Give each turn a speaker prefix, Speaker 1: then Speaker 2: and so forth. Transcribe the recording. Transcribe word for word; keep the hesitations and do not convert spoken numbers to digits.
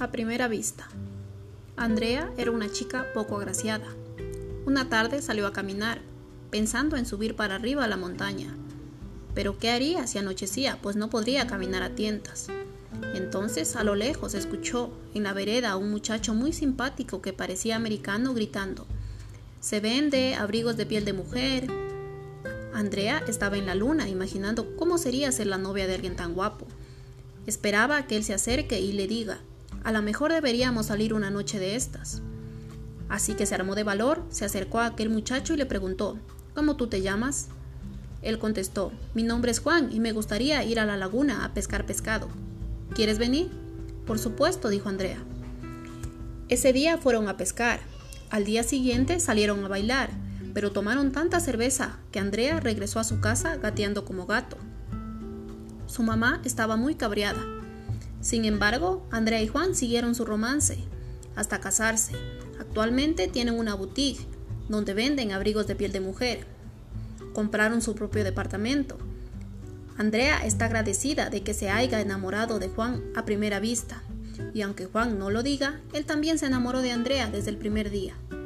Speaker 1: a primera vista. Andrea era una chica poco agraciada. Una tarde salió a caminar, pensando en subir para arriba a la montaña. Pero ¿qué haría si anochecía? Pues no podría caminar a tientas. Entonces, a lo lejos, escuchó en la vereda a un muchacho muy simpático que parecía americano gritando: «Se vende abrigos de piel de mujer». Andrea estaba en la luna, imaginando cómo sería ser la novia de alguien tan guapo. Esperaba que él se acerque y le diga: «A lo mejor deberíamos salir una noche de estas». Así que se armó de valor, se acercó a aquel muchacho y le preguntó: «¿Cómo tú te llamas?». Él contestó: «Mi nombre es Juan y me gustaría ir a la laguna a pescar pescado. ¿Quieres venir?». «Por supuesto», dijo Andrea. Ese día fueron a pescar. Al día siguiente salieron a bailar, pero tomaron tanta cerveza que Andrea regresó a su casa gateando como gato. Su mamá estaba muy cabreada. Sin embargo, Andrea y Juan siguieron su romance hasta casarse. Actualmente tienen una boutique donde venden abrigos de piel de mujer. Compraron su propio departamento. Andrea está agradecida de que se haya enamorado de Juan a primera vista. Y aunque Juan no lo diga, él también se enamoró de Andrea desde el primer día.